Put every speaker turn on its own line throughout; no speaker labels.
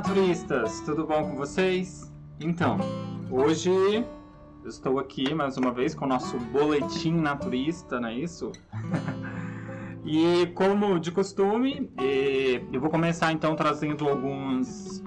naturistas, tudo bom com vocês? Então, hoje eu estou aqui mais uma vez com o nosso boletim naturista, não é isso? E como de costume, eu vou começar então trazendo alguns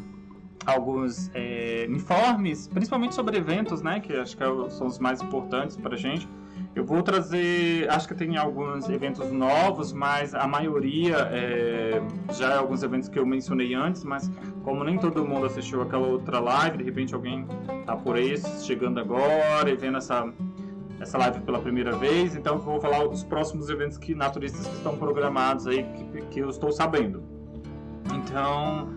informes, principalmente sobre eventos, né, que acho que são os mais importantes para a gente. Eu vou trazer, acho que tem alguns eventos novos, mas a maioria já é alguns eventos que eu mencionei antes, mas como nem todo mundo assistiu aquela outra live, de repente alguém tá por aí chegando agora e vendo essa live pela primeira vez, então eu vou falar dos próximos eventos naturistas que estão programados aí, que eu estou sabendo. Então,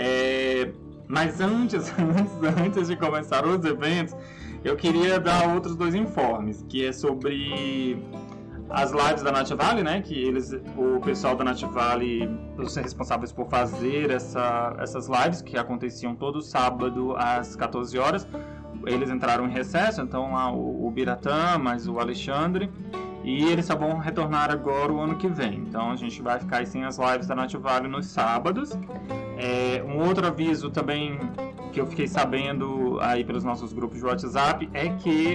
mas antes de começar os eventos, eu queria dar outros dois informes, que é sobre as lives da Nath Valley, né? Que o pessoal da Nath Valley, os responsáveis por fazer essas lives, que aconteciam todo sábado às 14 horas, eles entraram em recesso, então lá o Biratã, mais o Alexandre, e eles só vão retornar agora o ano que vem. Então a gente vai ficar sem as lives da Nath Valley nos sábados. Um outro aviso também que eu fiquei sabendo aí pelos nossos grupos de WhatsApp é que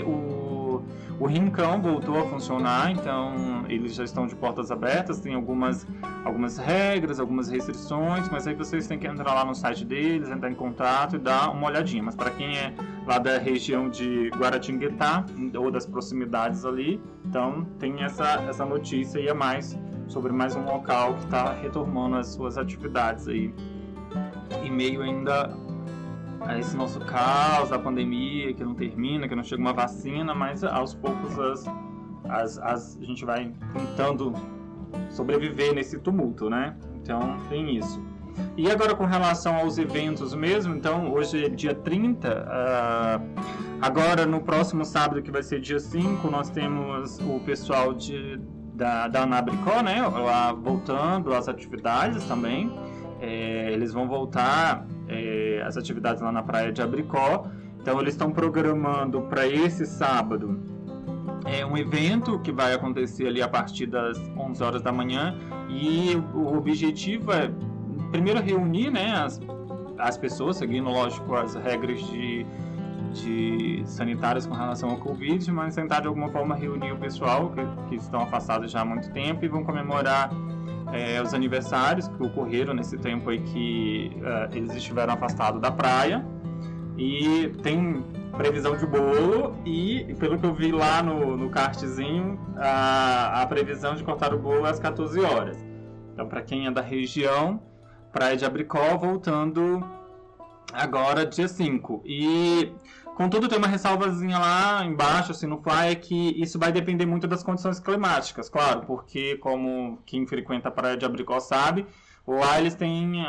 o Rincão voltou a funcionar, então eles já estão de portas abertas, tem algumas regras, algumas restrições, mas aí vocês têm que entrar lá no site deles, entrar em contato e dar uma olhadinha. Mas para quem é lá da região de Guaratinguetá ou das proximidades ali, então tem essa notícia aí a mais sobre mais um local que está retomando as suas atividades aí, em meio ainda a esse nosso caos da pandemia, que não termina, que não chega uma vacina, mas aos poucos a gente vai tentando sobreviver nesse tumulto, né? Então tem isso. E agora com relação aos eventos mesmo, então hoje é dia 30, agora no próximo sábado, que vai ser dia 5, nós temos o pessoal da Anabricó, né? Lá voltando às atividades também. Eles vão voltar as atividades lá na praia de Abricó. Então eles estão programando para esse sábado um evento que vai acontecer ali a partir das 11 horas da manhã, e o objetivo é primeiro reunir, né, as pessoas, seguindo, lógico, as regras de sanitárias com relação ao Covid, mas tentar de alguma forma reunir o pessoal que estão afastados já há muito tempo e vão comemorar os aniversários que ocorreram nesse tempo aí que eles estiveram afastados da praia. E tem previsão de bolo e, pelo que eu vi lá no kartzinho, a previsão de cortar o bolo às 14 horas. Então, para quem é da região, Praia de Abricó voltando agora dia 5. E contudo, tem uma ressalvazinha lá embaixo, assim, no flyer, que isso vai depender muito das condições climáticas, claro, porque, como quem frequenta a Praia de Abricó sabe, lá eles têm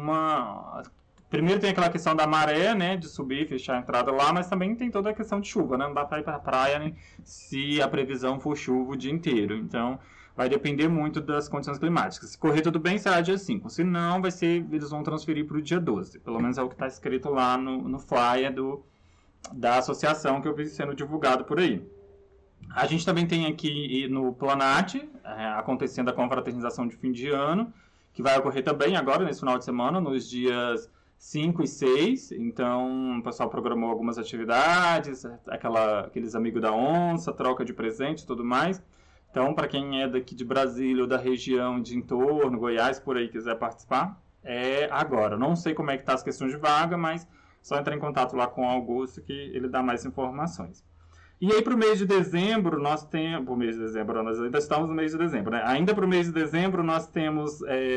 Primeiro tem aquela questão da maré, né, de subir e fechar a entrada lá, mas também tem toda a questão de chuva, né, não dá para ir para a praia, né, se a previsão for chuva o dia inteiro. Então, vai depender muito das condições climáticas. Se correr tudo bem, será dia 5. Se não, eles vão transferir para o dia 12. Pelo menos é o que está escrito lá no flyer da associação que eu vi sendo divulgado por aí. A gente também tem aqui no Planat acontecendo a confraternização de fim de ano, que vai ocorrer também agora, nesse final de semana, nos dias 5 e 6. Então o pessoal programou algumas atividades, aqueles amigos da onça, troca de presente e tudo mais. Então, para quem é daqui de Brasília ou da região de entorno, Goiás, por aí, quiser participar, é agora. Não sei como é que tá as questões de vaga, mas só entrar em contato lá com o Augusto que ele dá mais informações. E aí, para o mês de dezembro, nós ainda estamos no mês de dezembro, né? Ainda para o mês de dezembro, nós temos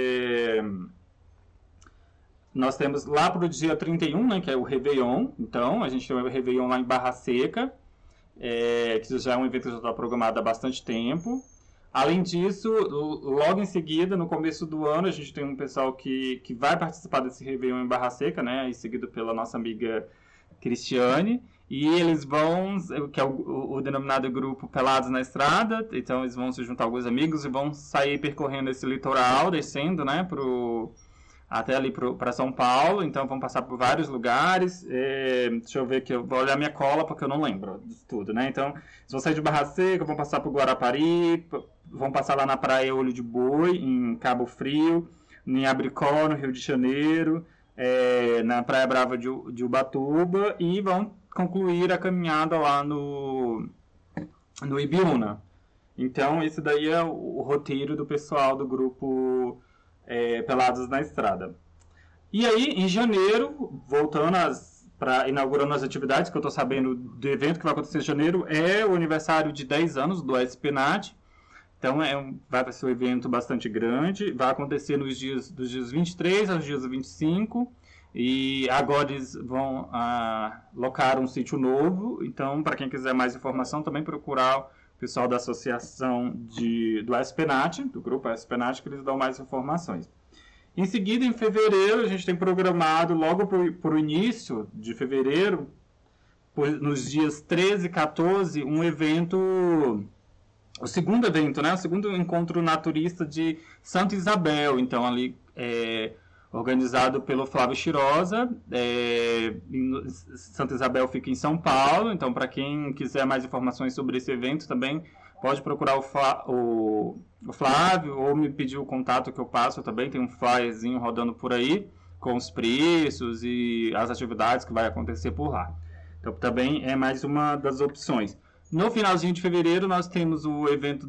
lá para o dia 31, né, que é o Réveillon. Então, a gente tem o Réveillon lá em Barra Seca, que já é um evento que já está programado há bastante tempo. Além disso, logo em seguida, no começo do ano, a gente tem um pessoal que vai participar desse Réveillon em Barra Seca, né, aí seguido pela nossa amiga Cristiane, e eles vão, que é o denominado grupo Pelados na Estrada. Então eles vão se juntar alguns amigos e vão sair percorrendo esse litoral, descendo, né, até ali para São Paulo. Então vão passar por vários lugares. Deixa eu ver aqui, eu vou olhar minha cola porque eu não lembro de tudo, né? Então, eles vão sair de Barra Seca, vão passar por Guarapari, vão passar lá na praia Olho de Boi, em Cabo Frio, em Abricó, no Rio de Janeiro, na Praia Brava de Ubatuba e vão concluir a caminhada lá no Ibiúna. Então, esse daí é o roteiro do pessoal do grupo Pelados na Estrada. E aí, em janeiro, voltando inaugurando as atividades, que eu estou sabendo do evento que vai acontecer em janeiro, é o aniversário de 10 anos do SPNAT. Então, vai ser um evento bastante grande, vai acontecer dos dias 23 aos dias 25, e agora eles vão locar um sítio novo. Então, para quem quiser mais informação, também procurar o pessoal da associação do SPNAT, do grupo SPNAT, que eles dão mais informações. Em seguida, em fevereiro, a gente tem programado, logo para o início de fevereiro, nos dias 13 e 14, um evento, o segundo evento, né? O segundo encontro naturista de Santa Isabel. Então, ali, organizado pelo Flávio Chirosa. Santa Isabel fica em São Paulo. Então, para quem quiser mais informações sobre esse evento também, pode procurar o Flávio ou me pedir o contato que eu passo também. Tem um flyerzinho rodando por aí com os preços e as atividades que vai acontecer por lá. Então, também é mais uma das opções. No finalzinho de fevereiro, nós temos o evento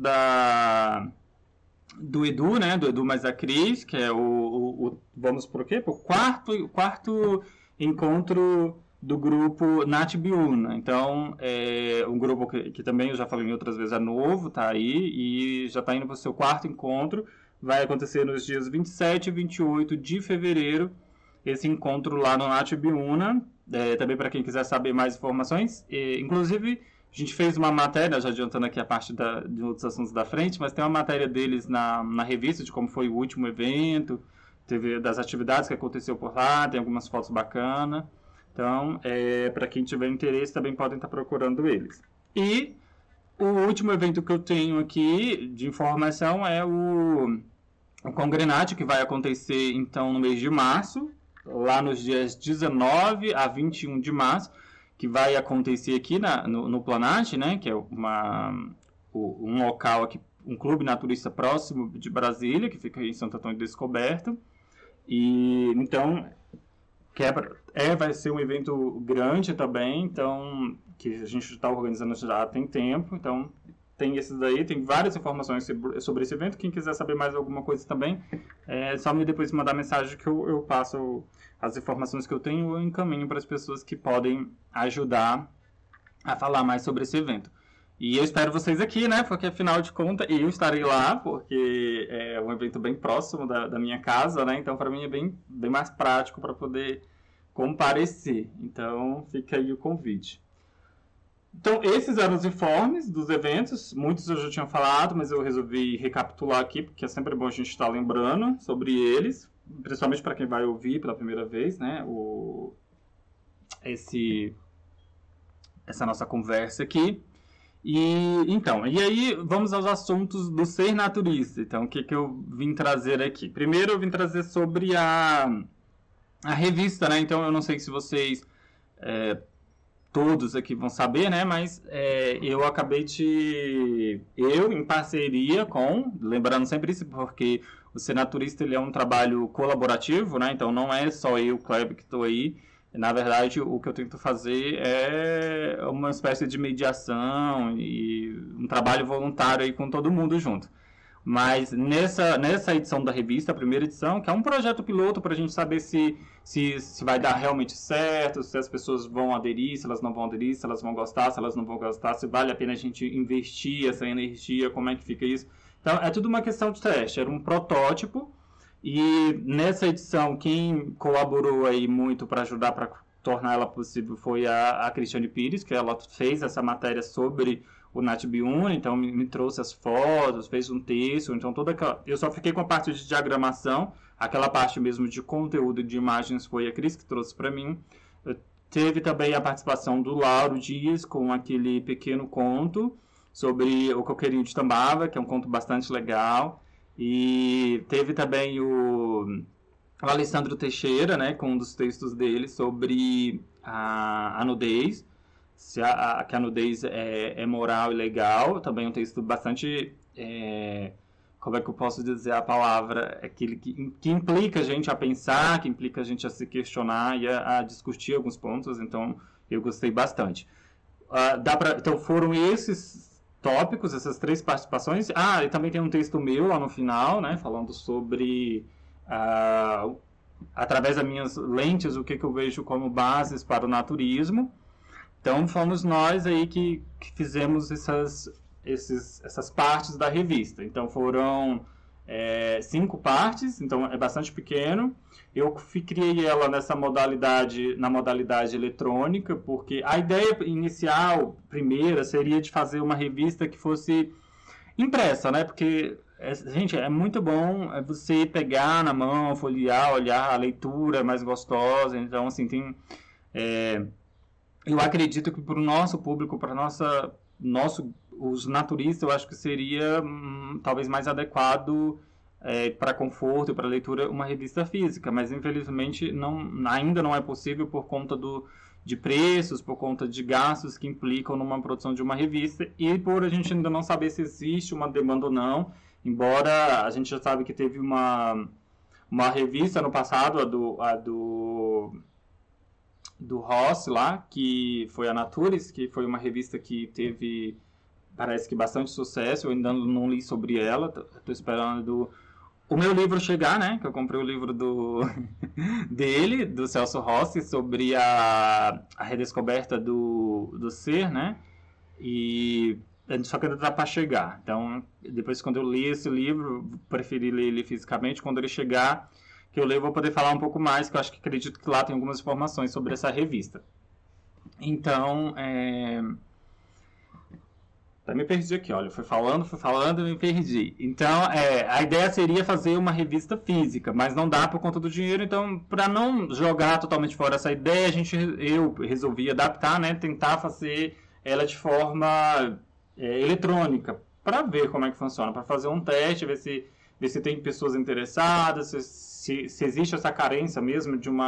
do Edu, né? Do Edu mais a Cris, que é vamos por quê? O quarto encontro do grupo Nath Biúna. Então, um grupo que também eu já falei em outras vezes, é novo, tá aí, e já está indo para o seu quarto encontro. Vai acontecer nos dias 27 e 28 de fevereiro, esse encontro lá no Nath Biúna. Também para quem quiser saber mais informações. Inclusive, a gente fez uma matéria, já adiantando aqui a parte de outros assuntos da frente, mas tem uma matéria deles na revista de como foi o último evento, das atividades que aconteceu por lá, tem algumas fotos bacanas. Então, para quem tiver interesse, também podem estar procurando eles. E o último evento que eu tenho aqui de informação é o Congrenat, que vai acontecer então no mês de março, lá nos dias 19 a 21 de março, que vai acontecer aqui no Planat, né, que é um local aqui, um clube naturista próximo de Brasília, que fica em Santo Antônio do Descoberto. E então vai ser um evento grande também, então, que a gente está organizando já tem tempo. Então, tem esses daí, tem várias informações sobre esse evento. Quem quiser saber mais alguma coisa também, é só me depois mandar mensagem que eu passo as informações que eu tenho, eu encaminho para as pessoas que podem ajudar a falar mais sobre esse evento. E eu espero vocês aqui, né? Porque afinal de contas eu estarei lá, porque é um evento bem próximo da minha casa, né? Então para mim é bem mais prático para poder comparecer. Então fica aí o convite. Então esses eram os informes dos eventos. Muitos eu já tinha falado, mas eu resolvi recapitular aqui, porque é sempre bom a gente estar lembrando sobre eles, principalmente para quem vai ouvir pela primeira vez, né? Essa nossa conversa aqui. E aí vamos aos assuntos do ser naturista. Então, o que eu vim trazer aqui? Primeiro eu vim trazer sobre a revista, né? Então, eu não sei se vocês todos aqui vão saber, né? Mas eu acabei eu em parceria lembrando sempre isso, porque o ser naturista ele é um trabalho colaborativo, né? Então, não é só eu, Kleber, que estou aí. Na verdade, o que eu tento fazer é uma espécie de mediação e um trabalho voluntário aí com todo mundo junto. Mas nessa edição da revista, a primeira edição, que é um projeto piloto para a gente saber se vai dar realmente certo, se as pessoas vão aderir, se elas não vão aderir, se elas vão gostar, se elas não vão gostar, se vale a pena a gente investir essa energia, como é que fica isso. Então, é tudo uma questão de teste. Era um protótipo. E nessa edição, quem colaborou aí muito para ajudar para tornar ela possível foi a Cristiane Pires, que ela fez essa matéria sobre o Nath Biúna, então me trouxe as fotos, fez um texto, então eu só fiquei com a parte de diagramação, aquela parte mesmo de conteúdo de imagens foi a Cris que trouxe para mim. Teve também a participação do Lauro Dias com aquele pequeno conto sobre o Coqueirinho de Tambava, que é um conto bastante legal. E teve também o Alessandro Teixeira, né, com um dos textos dele sobre a nudez, que a nudez é moral e legal. Também um texto bastante, como é que eu posso dizer a palavra? Aquele que implica a gente a pensar, que implica a gente a se questionar e a discutir alguns pontos, então eu gostei bastante. Então foram esses tópicos, essas 3 participações. E também tem um texto meu lá no final, né, falando sobre, através das minhas lentes, o que eu vejo como bases para o naturismo. Então fomos nós aí que fizemos essas partes da revista. Então foram 5 partes, então é bastante pequeno. Eu criei ela na modalidade eletrônica, porque a ideia inicial, primeira, seria de fazer uma revista que fosse impressa, né? Porque, gente, é muito bom você pegar na mão, folhear, olhar, a leitura é mais gostosa. Então, assim, eu acredito que para o nosso público, para os naturistas, eu acho que seria talvez mais adequado para conforto e para leitura uma revista física, mas infelizmente ainda não é possível por conta de preços, por conta de gastos que implicam numa produção de uma revista e por a gente ainda não saber se existe uma demanda ou não, embora a gente já sabe que teve uma revista no passado, a do Ross lá, que foi a Naturis, que foi uma revista que teve, parece que bastante sucesso. Eu ainda não li sobre ela, estou esperando o meu livro chegar, né, que eu comprei o livro dele, do Celso Rossi, sobre a redescoberta do ser, né, e só que ainda está para chegar. Então, depois quando eu li esse livro, preferi ler ele fisicamente. Quando ele chegar, que eu leio, eu vou poder falar um pouco mais, que eu acredito que lá tem algumas informações sobre essa revista. Então, me perdi aqui, olha, fui falando e me perdi. Então, a ideia seria fazer uma revista física, mas não dá por conta do dinheiro. Então, para não jogar totalmente fora essa ideia, eu resolvi adaptar, né, tentar fazer ela de forma eletrônica, para ver como é que funciona, para fazer um teste, ver se tem pessoas interessadas, se existe essa carência mesmo de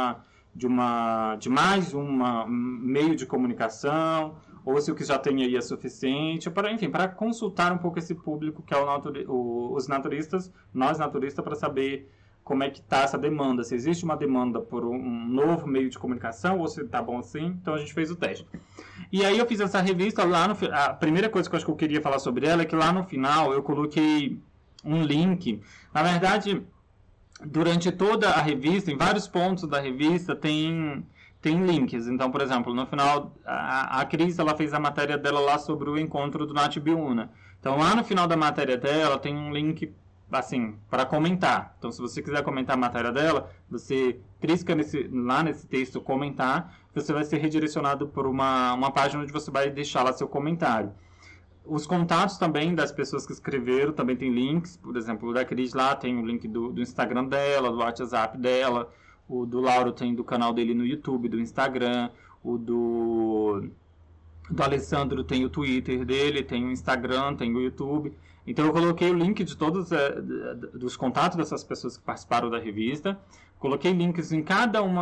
mais um meio de comunicação, ou se o que já tem aí é suficiente, para consultar um pouco esse público que é os naturistas, nós naturistas, para saber como é que está essa demanda, se existe uma demanda por um novo meio de comunicação, ou se está bom assim. Então a gente fez o teste. E aí eu fiz essa revista a primeira coisa que eu acho que eu queria falar sobre ela é que lá no final eu coloquei um link. Na verdade, durante toda a revista, em vários pontos da revista, tem links. Então, por exemplo, no final, a Cris, ela fez a matéria dela lá sobre o encontro do Nath Biúna. Então, lá no final da matéria dela, tem um link, assim, para comentar. Então, se você quiser comentar a matéria dela, você clica lá nesse texto, comentar, você vai ser redirecionado por uma página onde você vai deixar lá seu comentário. Os contatos também das pessoas que escreveram também tem links. Por exemplo, o da Cris lá tem o link do Instagram dela, do WhatsApp dela. O do Lauro tem do canal dele no YouTube, do Instagram. O do Alessandro tem o Twitter dele, tem o Instagram, tem o YouTube. Então eu coloquei o link de todos dos contatos dessas pessoas que participaram da revista. Coloquei links em cada uma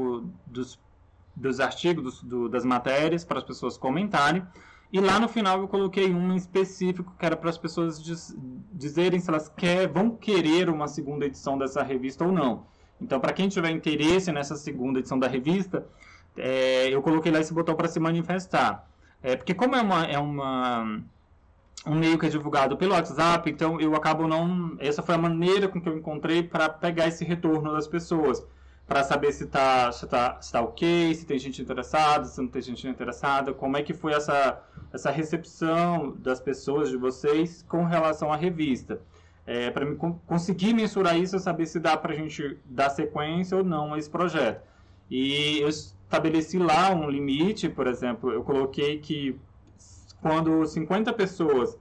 dos artigos, das matérias, para as pessoas comentarem. E lá no final eu coloquei um específico que era para as pessoas dizerem se elas vão querer uma segunda edição dessa revista ou não. Então, para quem tiver interesse nessa segunda edição da revista, eu coloquei lá esse botão para se manifestar. Porque como um meio que é divulgado pelo WhatsApp, então eu acabo essa foi a maneira com que eu encontrei para pegar esse retorno das pessoas, para saber se tá ok, se tem gente interessada, se não tem gente interessada, como é que foi essa recepção das pessoas, de vocês, com relação à revista. Para conseguir mensurar isso, saber se dá para a gente dar sequência ou não a esse projeto. E eu estabeleci lá um limite, por exemplo, eu coloquei que quando 50 pessoas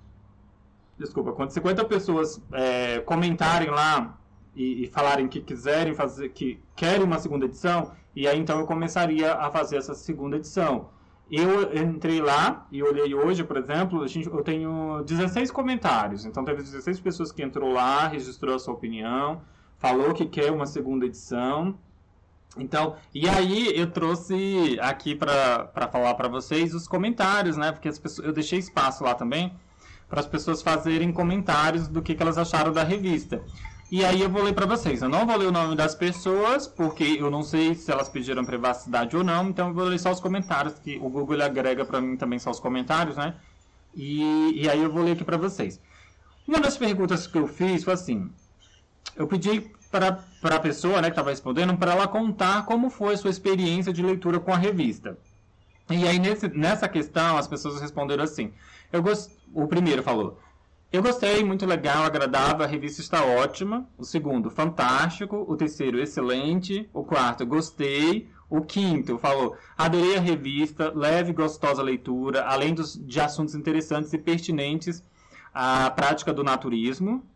comentarem lá e falarem que quiserem fazer, que querem uma segunda edição, e aí então eu começaria a fazer essa segunda edição. Eu entrei lá e olhei hoje, por exemplo, eu tenho 16 comentários. Então teve 16 pessoas que entrou lá, registrou a sua opinião, falou que quer uma segunda edição. Então, e aí eu trouxe aqui para falar para vocês os comentários, né? Porque eu deixei espaço lá também para as pessoas fazerem comentários do que elas acharam da revista. E aí eu vou ler para vocês. Eu não vou ler o nome das pessoas, porque eu não sei se elas pediram privacidade ou não, então eu vou ler só os comentários, que o Google ele agrega para mim também só os comentários, né? E aí eu vou ler aqui para vocês. Uma das perguntas que eu fiz foi assim: eu pedi para a pessoa, né, que estava respondendo, para ela contar como foi a sua experiência de leitura com a revista. E aí nessa questão as pessoas responderam assim. O primeiro falou: eu gostei, muito legal, agradável, a revista está ótima. O segundo, fantástico. O terceiro, excelente. O quarto, gostei. O quinto falou: adorei a revista, leve e gostosa leitura, além de assuntos interessantes e pertinentes à prática do naturismo.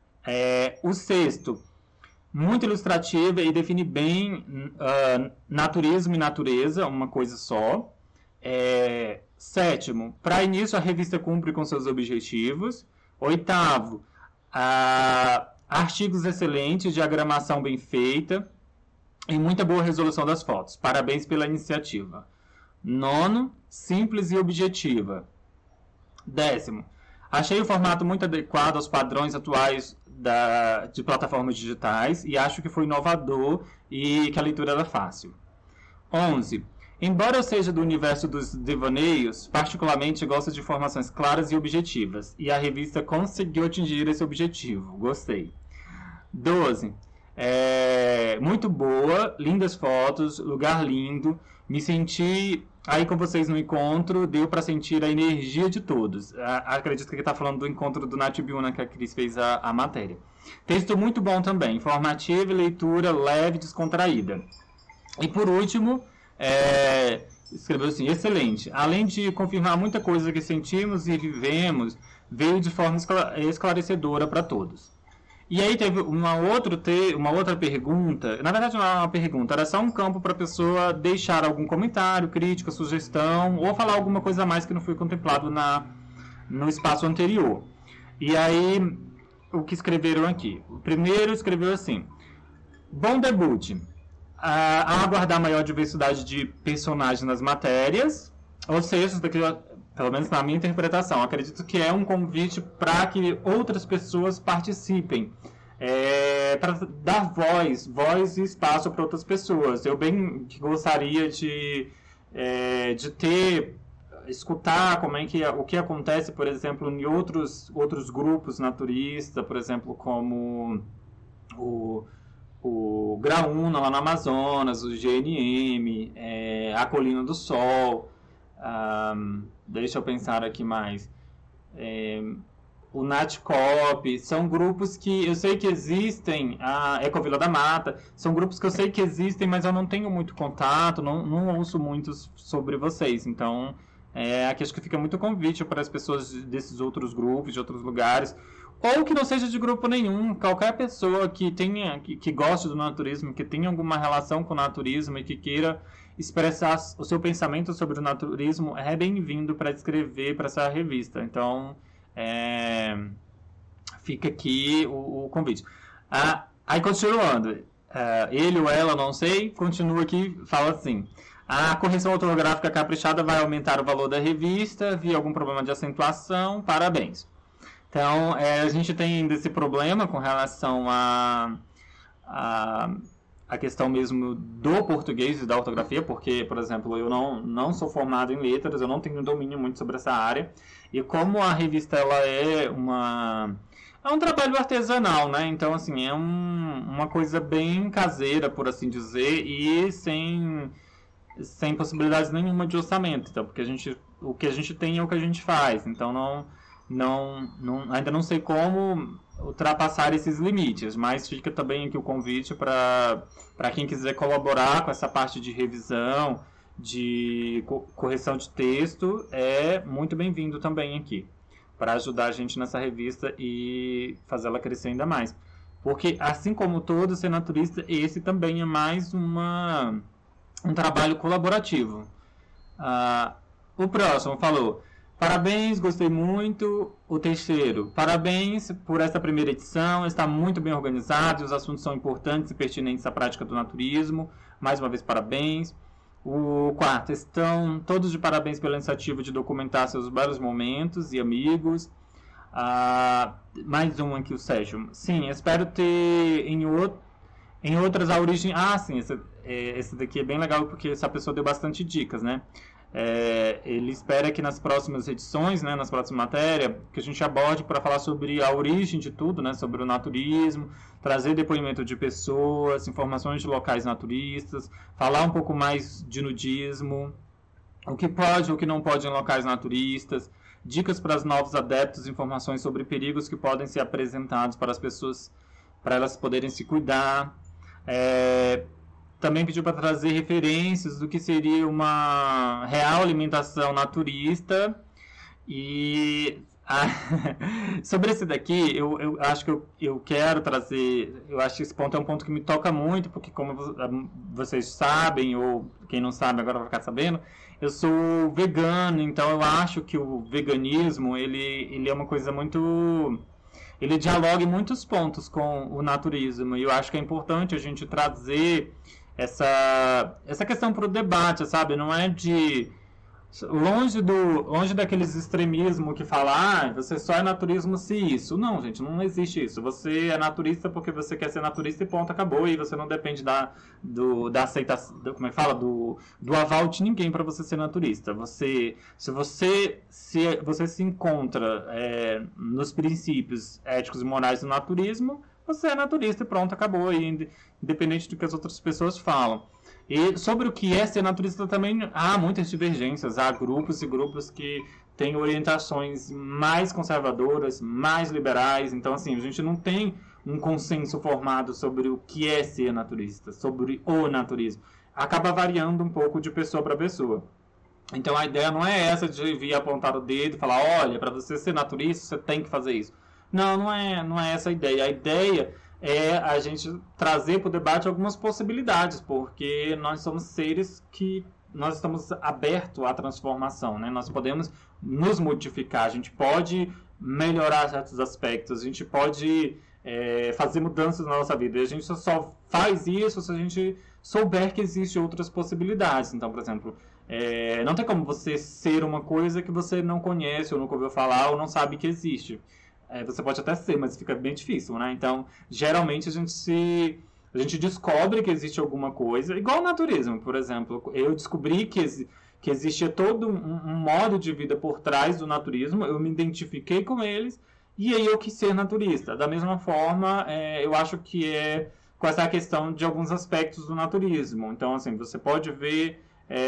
O sexto, muito ilustrativa e define bem naturismo e natureza, uma coisa só. Sétimo, para início a revista cumpre com seus objetivos. Oitavo, artigos excelentes, diagramação bem feita e muita boa resolução das fotos. Parabéns pela iniciativa. Nono, simples e objetiva. Décimo, achei o formato muito adequado aos padrões atuais de plataformas digitais e acho que foi inovador e que a leitura era fácil. 11. Embora eu seja do universo dos devaneios, particularmente gosto de informações claras e objetivas, e a revista conseguiu atingir esse objetivo. Gostei. 12. Muito boa, lindas fotos, lugar lindo, me senti aí com vocês no encontro, deu para sentir a energia de todos. Acredito que ele está falando do encontro do Natibiuna, que a Cris fez a matéria. Texto muito bom também, informativo, leitura leve e descontraída. E por último, escreveu assim: excelente. Além de confirmar muita coisa que sentimos e vivemos, veio de forma esclarecedora para todos. E aí teve uma outra pergunta. Na verdade não era uma pergunta, era só um campo para a pessoa deixar algum comentário, crítica, sugestão, ou falar alguma coisa a mais que não foi contemplado no espaço anterior. E aí, o que escreveram aqui? O primeiro escreveu assim: bom debut. A aguardar maior diversidade de personagens nas matérias. Ou seja, isso daqui, pelo menos na minha interpretação, acredito que é um convite para que outras pessoas participem, para dar voz e espaço para outras pessoas. Eu bem gostaria de escutar como o que acontece, por exemplo, em outros grupos naturistas, por exemplo, como o Graúna lá no Amazonas, o GNM, a Colina do Sol. Deixa eu pensar aqui mais. O Natcop, são grupos que eu sei que existem, a Ecovila da Mata, são grupos que eu sei que existem, mas eu não tenho muito contato, não ouço muito sobre vocês. Então, aqui acho que fica muito convite para as pessoas desses outros grupos, de outros lugares, ou que não seja de grupo nenhum, qualquer pessoa que goste do naturismo, que tenha alguma relação com o naturismo e que queira expressar o seu pensamento sobre o naturismo, é bem-vindo para escrever para essa revista. Então, fica aqui o convite. Aí, continuando, ele ou ela, não sei, continua aqui, fala assim: a correção ortográfica caprichada vai aumentar o valor da revista, vi algum problema de acentuação, parabéns. Então, a gente tem ainda esse problema com relação a questão mesmo do português e da ortografia, porque, por exemplo, eu não sou formado em letras, eu não tenho domínio muito sobre essa área, e como a revista ela é um trabalho artesanal, né? Então, assim, é uma coisa bem caseira, por assim dizer, e sem possibilidades nenhuma de orçamento, então, porque o que a gente tem é o que a gente faz, então ainda não sei como ultrapassar esses limites, mas fica também aqui o convite para quem quiser colaborar com essa parte de revisão, de correção de texto, é muito bem-vindo também aqui, para ajudar a gente nessa revista e fazer ela crescer ainda mais. Porque, assim como todo ser naturista, esse também é mais um trabalho colaborativo. O próximo falou: parabéns, gostei muito. O terceiro: parabéns por essa primeira edição, está muito bem organizado, os assuntos são importantes e pertinentes à prática do naturismo. Mais uma vez, parabéns. O quarto: estão todos de parabéns pela iniciativa de documentar seus belos momentos e amigos. Mais um aqui, o Sérgio. Sim, espero ter em outras a origem. Ah, sim, esse daqui é bem legal porque essa pessoa deu bastante dicas, né? Ele espera que nas próximas edições, né, nas próximas matérias, que a gente aborde para falar sobre a origem de tudo, né, sobre o naturismo, trazer depoimento de pessoas, informações de locais naturistas, falar um pouco mais de nudismo, o que pode ou o que não pode em locais naturistas, dicas para os novos adeptos, informações sobre perigos que podem ser apresentados para as pessoas, para elas poderem se cuidar. Também pediu para trazer referências do que seria uma real alimentação naturista. E sobre esse daqui, eu acho que eu quero trazer. Eu acho que esse ponto é um ponto que me toca muito, porque, como vocês sabem, ou quem não sabe agora vai ficar sabendo, eu sou vegano, então eu acho que o veganismo ele é uma coisa muito. Ele dialoga em muitos pontos com o naturismo, e eu acho que é importante a gente trazer essa questão para o debate, sabe? Não é de longe daqueles extremismos que falam, você só é naturismo se isso. Não, gente, não existe isso. Você é naturista porque você quer ser naturista e ponto, acabou. E você não depende da aceitação, como é que fala? Do aval de ninguém para você ser naturista. Se você se encontra nos princípios éticos e morais do naturismo, você é naturista e pronto, acabou. E independente do que as outras pessoas falam. E sobre o que é ser naturista também há muitas divergências, há grupos e grupos que têm orientações mais conservadoras, mais liberais, então assim, a gente não tem um consenso formado sobre o que é ser naturista, sobre o naturismo. Acaba variando um pouco de pessoa para pessoa. Então a ideia não é essa de vir apontar o dedo e falar, olha, para você ser naturista, você tem que fazer isso. Não é essa a ideia. A ideia é a gente trazer para o debate algumas possibilidades, porque nós somos seres que nós estamos abertos à transformação, né? Nós podemos nos modificar, a gente pode melhorar certos aspectos, a gente pode fazer mudanças na nossa vida. E a gente só faz isso se a gente souber que existem outras possibilidades. Então, por exemplo, não tem como você ser uma coisa que você não conhece, ou nunca ouviu falar, ou não sabe que existe. Você pode até ser, mas fica bem difícil, né? Então, geralmente a gente descobre que existe alguma coisa, igual o naturismo, por exemplo. Eu descobri que existia todo um modo de vida por trás do naturismo, eu me identifiquei com eles, e aí eu quis ser naturista. Da mesma forma, eu acho que com essa questão de alguns aspectos do naturismo. Então, assim, você pode ver...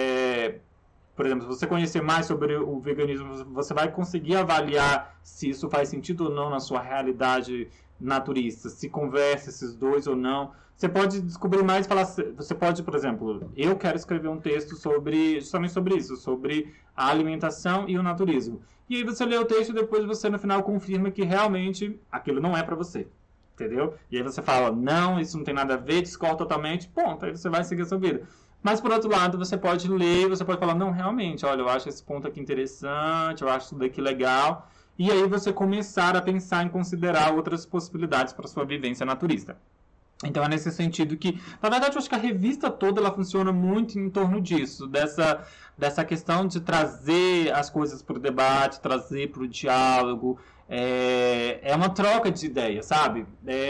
Por exemplo, se você conhecer mais sobre o veganismo, você vai conseguir avaliar se isso faz sentido ou não na sua realidade naturista, se conversa esses dois ou não. Você pode descobrir mais e falar... Você pode, por exemplo, eu quero escrever um texto justamente sobre isso, sobre a alimentação e o naturismo. E aí você lê o texto e depois você no final confirma que realmente aquilo não é para você. Entendeu? E aí você fala, não, isso não tem nada a ver, discorda totalmente, ponto, aí você vai seguir a sua vida. Mas, por outro lado, você pode ler, você pode falar, não, realmente, olha, eu acho esse ponto aqui interessante, eu acho isso daqui legal. E aí você começar a pensar em considerar outras possibilidades para sua vivência naturista. Então é nesse sentido que, na verdade, eu acho que a revista toda ela funciona muito em torno disso, dessa questão de trazer as coisas para o debate, trazer para o diálogo. É uma troca de ideias, sabe?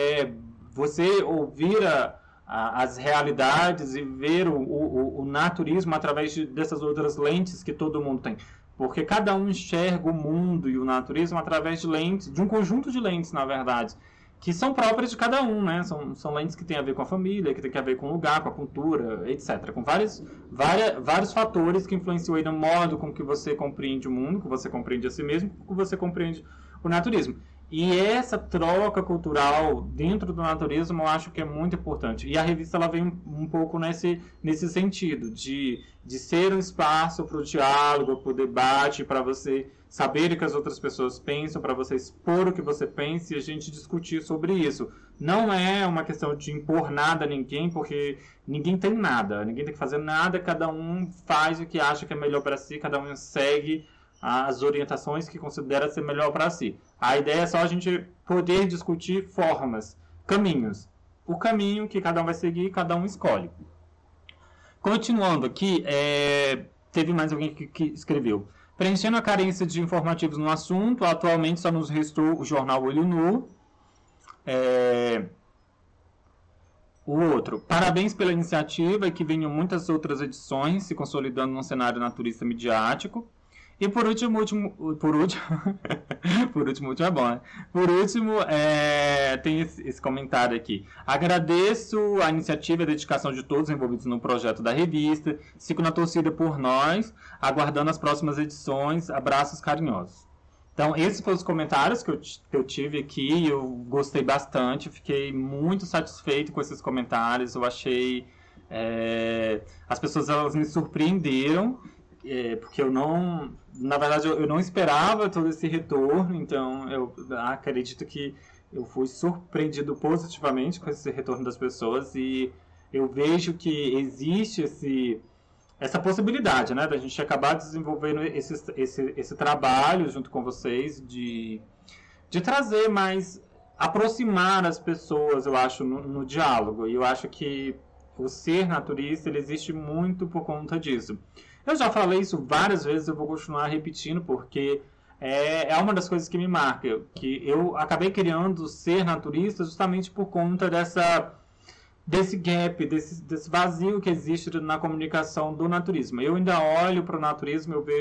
Você ouvir as realidades e ver o naturismo através dessas outras lentes que todo mundo tem. Porque cada um enxerga o mundo e o naturismo através de lentes, de um conjunto de lentes, na verdade, que são próprias de cada um, né? São lentes que têm a ver com a família, que tem a ver com o lugar, com a cultura, etc. Com vários fatores que influenciam aí no modo com que você compreende o mundo, que você compreende a si mesmo, que você compreende o naturismo. E essa troca cultural dentro do naturismo eu acho que é muito importante. E a revista ela vem um pouco nesse sentido, de ser um espaço para o diálogo, para o debate, para você saber o que as outras pessoas pensam, para você expor o que você pensa e a gente discutir sobre isso. Não é uma questão de impor nada a ninguém, porque ninguém tem nada, ninguém tem que fazer nada, cada um faz o que acha que é melhor para si, cada um segue as orientações que considera ser melhor para si. A ideia é só a gente poder discutir formas, caminhos. O caminho que cada um vai seguir, cada um escolhe. Continuando aqui, teve mais alguém que escreveu. Preenchendo a carência de informativos no assunto, atualmente só nos restou o jornal Olho Nu. O outro, parabéns pela iniciativa e que venham muitas outras edições se consolidando num cenário naturista midiático. E por último é bom, né? Por último, tem esse comentário aqui. Agradeço a iniciativa e a dedicação de todos envolvidos no projeto da revista. Fico na torcida por nós, aguardando as próximas edições. Abraços carinhosos. Então, esses foram os comentários que eu tive aqui. Eu gostei bastante, fiquei muito satisfeito com esses comentários. Eu achei... as pessoas elas me surpreenderam. Porque eu não... Na verdade, eu não esperava todo esse retorno, então eu acredito que eu fui surpreendido positivamente com esse retorno das pessoas e eu vejo que existe essa possibilidade, né, da gente acabar desenvolvendo esse trabalho junto com vocês de trazer mais, aproximar as pessoas, eu acho, no diálogo. E eu acho que o ser naturista, ele existe muito por conta disso. Eu já falei isso várias vezes, eu vou continuar repetindo, porque é uma das coisas que me marca, que eu acabei criando ser naturista justamente por conta desse gap, desse vazio que existe na comunicação do naturismo. Eu ainda olho para o naturismo, eu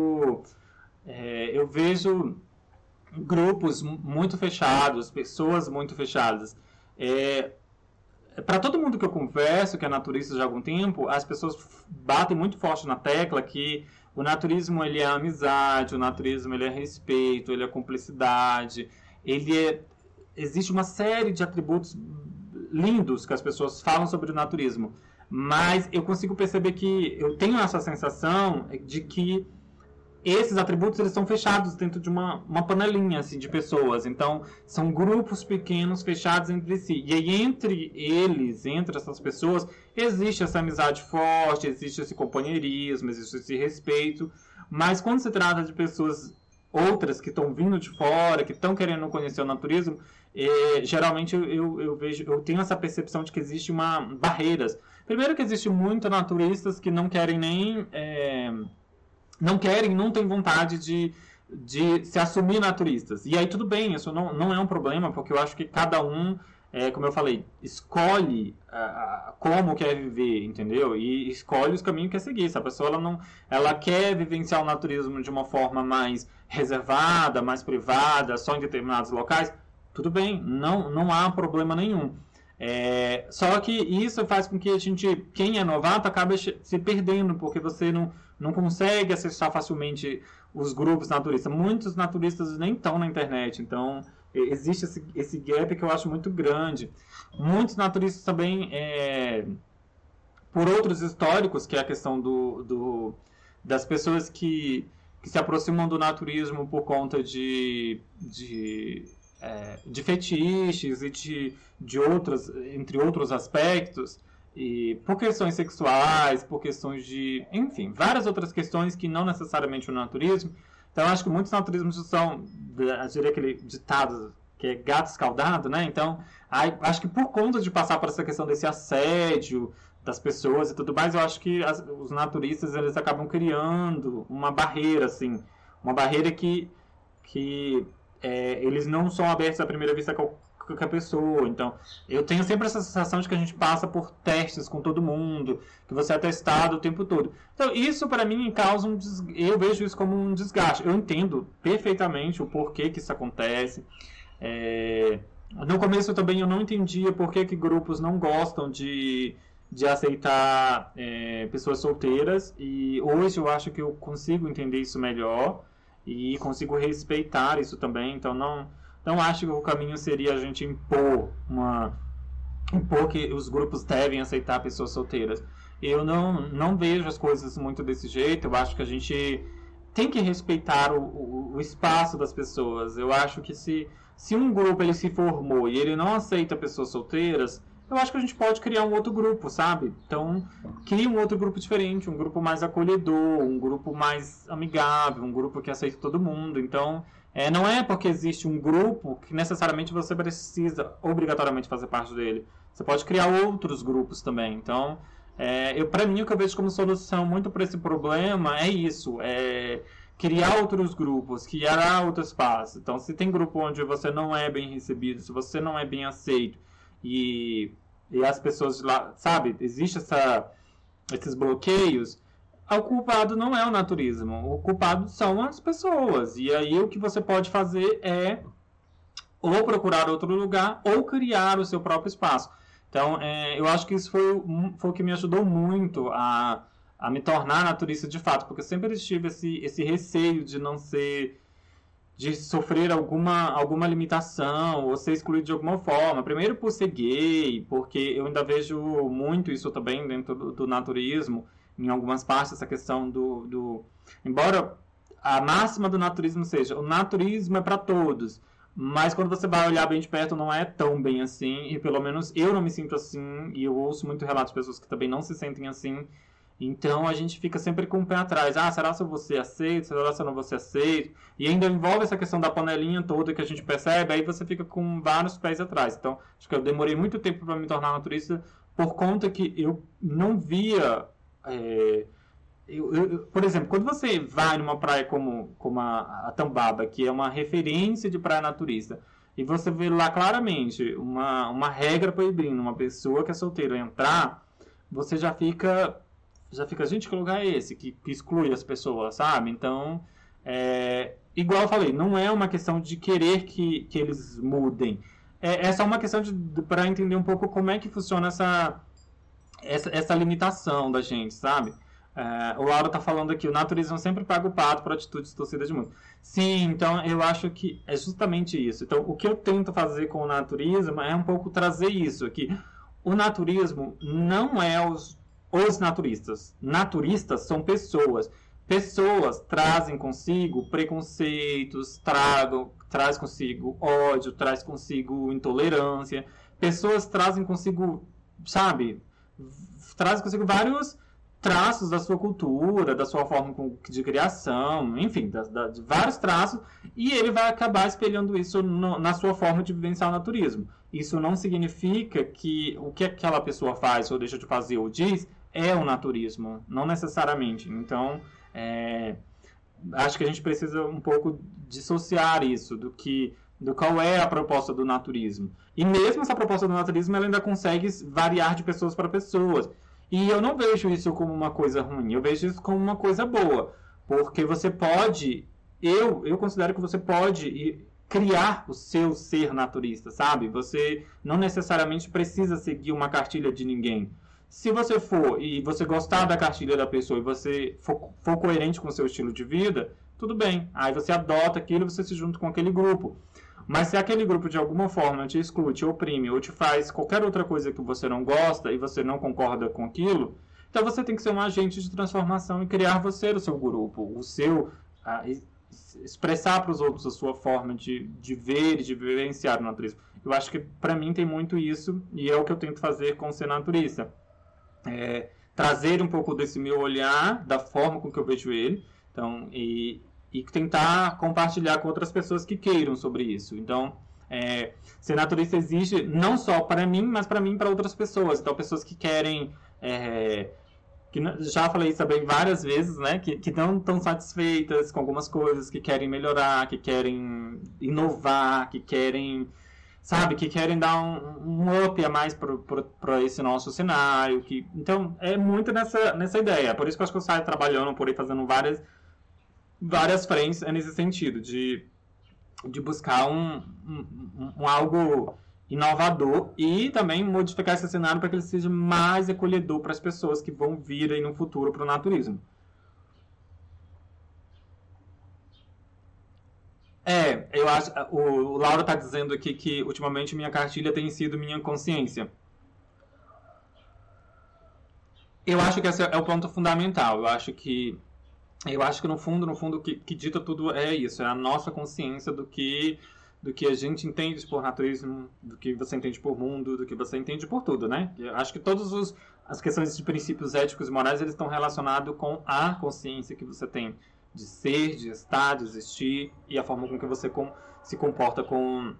vejo grupos muito fechados, pessoas muito fechadas. Para todo mundo que eu converso, que é naturista já há algum tempo, as pessoas batem muito forte na tecla que o naturismo ele é amizade, o naturismo ele é respeito, ele é cumplicidade, existe uma série de atributos lindos que as pessoas falam sobre o naturismo, mas eu consigo perceber que eu tenho essa sensação de que esses atributos eles são fechados dentro de uma panelinha assim, de pessoas. Então, são grupos pequenos fechados entre si. E aí, entre essas pessoas, existe essa amizade forte, existe esse companheirismo, existe esse respeito. Mas quando se trata de pessoas outras que estão vindo de fora, que estão querendo conhecer o naturismo, geralmente eu tenho essa percepção de que existe barreiras. Primeiro que existe muitos naturistas que não querem nem... não têm vontade de se assumir naturistas. E aí tudo bem, isso não é um problema, porque eu acho que cada um, como eu falei, escolhe como quer viver, entendeu? E escolhe os caminhos que quer seguir. Se a pessoa ela quer vivenciar o naturismo de uma forma mais reservada, mais privada, só em determinados locais, tudo bem, não há problema nenhum. Só que isso faz com que quem é novato, acabe se perdendo, porque você não consegue acessar facilmente os grupos naturistas. Muitos naturistas nem estão na internet, então existe esse gap que eu acho muito grande. Muitos naturistas também, por outros históricos, que é a questão das pessoas que se aproximam do naturismo por conta de fetiches e de outros, entre outros aspectos, e por questões sexuais, por questões enfim, várias outras questões que não necessariamente o naturismo. Então, acho que muitos naturismos são, eu diria aquele ditado que é gato escaldado, né? Então, acho que por conta de passar por essa questão desse assédio das pessoas e tudo mais, eu acho que os naturistas, eles acabam criando uma barreira, assim, uma barreira que eles não são abertos à primeira vista com qualquer pessoa. Então, eu tenho sempre essa sensação de que a gente passa por testes com todo mundo, que você é testado o tempo todo. Então, isso para mim causa eu vejo isso como um desgaste. Eu entendo perfeitamente o porquê que isso acontece. No começo também eu não entendia por que grupos não gostam de aceitar pessoas solteiras, e hoje eu acho que eu consigo entender isso melhor e consigo respeitar isso também. Então, não acho que o caminho seria a gente impor que os grupos devem aceitar pessoas solteiras. Eu não vejo as coisas muito desse jeito. Eu acho que a gente tem que respeitar o espaço das pessoas. Eu acho que se um grupo ele se formou e ele não aceita pessoas solteiras, eu acho que a gente pode criar um outro grupo, sabe? Então, cria um outro grupo diferente, um grupo mais acolhedor, um grupo mais amigável, um grupo que aceita todo mundo. Então, não é porque existe um grupo que necessariamente você precisa obrigatoriamente fazer parte dele. Você pode criar outros grupos também. Então, para mim, o que eu vejo como solução muito para esse problema é isso. criar outros grupos, criar outros espaços. Então, se tem grupo onde você não é bem recebido, se você não é bem aceito, e, e as pessoas lá, sabe, existe esses bloqueios, o culpado não é o naturismo, o culpado são as pessoas. E aí o que você pode fazer é ou procurar outro lugar ou criar o seu próprio espaço. Então, eu acho que isso foi o que me ajudou muito a me tornar naturista de fato, porque eu sempre tive esse receio de não ser, de sofrer alguma limitação ou ser excluído de alguma forma. Primeiro por ser gay, porque eu ainda vejo muito isso também dentro do naturismo, em algumas partes, essa questão embora a máxima do naturismo seja, o naturismo é para todos, mas quando você vai olhar bem de perto não é tão bem assim, e pelo menos eu não me sinto assim, e eu ouço muito relatos de pessoas que também não se sentem assim. Então a gente fica sempre com o pé atrás. Ah, será que eu vou ser aceito? Será que eu não vou ser aceito? E ainda envolve essa questão da panelinha toda que a gente percebe, aí você fica com vários pés atrás. Então, acho que eu demorei muito tempo para me tornar naturista por conta que eu não via... por exemplo, quando você vai numa praia como a Tambaba, que é uma referência de praia naturista, e você vê lá claramente uma regra proibindo uma pessoa que é solteira entrar, você já fica, gente, que lugar é esse? Que exclui as pessoas, sabe? Então, igual eu falei, não é uma questão de querer que eles mudem. É só uma questão para entender um pouco como é que funciona essa limitação da gente, sabe? O Lauro tá falando aqui, o naturismo sempre paga o pato por atitudes torcidas de mundo. Sim, então eu acho que é justamente isso. Então, o que eu tento fazer com o naturismo é um pouco trazer isso, que o naturismo não é os naturistas. Naturistas são pessoas. Pessoas trazem consigo preconceitos, traz consigo ódio, traz consigo intolerância. Pessoas trazem consigo, sabe, trazem consigo vários traços da sua cultura, da sua forma de criação, enfim, de vários traços, e ele vai acabar espelhando isso na sua forma de vivenciar o naturismo. Isso não significa que o que aquela pessoa faz ou deixa de fazer ou diz é o naturismo, não necessariamente. Então, acho que a gente precisa um pouco dissociar isso do qual é a proposta do naturismo. E mesmo essa proposta do naturismo, ela ainda consegue variar de pessoas para pessoas. E eu não vejo isso como uma coisa ruim, eu vejo isso como uma coisa boa, porque você pode, eu considero que você pode criar o seu ser naturista, sabe? Você não necessariamente precisa seguir uma cartilha de ninguém. Se você for e você gostar da cartilha da pessoa e você for coerente com o seu estilo de vida, tudo bem. Aí você adota aquilo e você se junta com aquele grupo. Mas se aquele grupo de alguma forma te exclui, te oprime ou te faz qualquer outra coisa que você não gosta e você não concorda com aquilo, então você tem que ser um agente de transformação e criar você o seu grupo, expressar para os outros a sua forma de ver e de vivenciar o naturismo. Eu acho que para mim tem muito isso e é o que eu tento fazer com ser naturista. Trazer um pouco desse meu olhar, da forma com que eu vejo ele, então, e tentar compartilhar com outras pessoas que queiram sobre isso. Então, ser naturista existe não só para mim, mas para mim e para outras pessoas. Então, pessoas que querem... já falei isso também várias vezes, né? Que não estão satisfeitas com algumas coisas, que querem melhorar, que querem inovar, que querem... sabe, que querem dar um up a mais para esse nosso cenário. Então, é muito nessa ideia. Por isso que eu acho que eu saio trabalhando por aí, fazendo várias frentes nesse sentido, de buscar algo inovador e também modificar esse cenário para que ele seja mais acolhedor para as pessoas que vão vir aí no futuro para o naturismo. Eu acho, o Laura está dizendo aqui que ultimamente minha cartilha tem sido minha consciência. Eu acho que esse é o ponto fundamental. Eu acho que no fundo, o que dita tudo é isso, é a nossa consciência do que a gente entende por naturismo, do que você entende por mundo, do que você entende por tudo, né? Eu acho que todas as questões de princípios éticos e morais, eles estão relacionados com a consciência que você tem de ser, de estar, de existir e a forma com que você se comporta com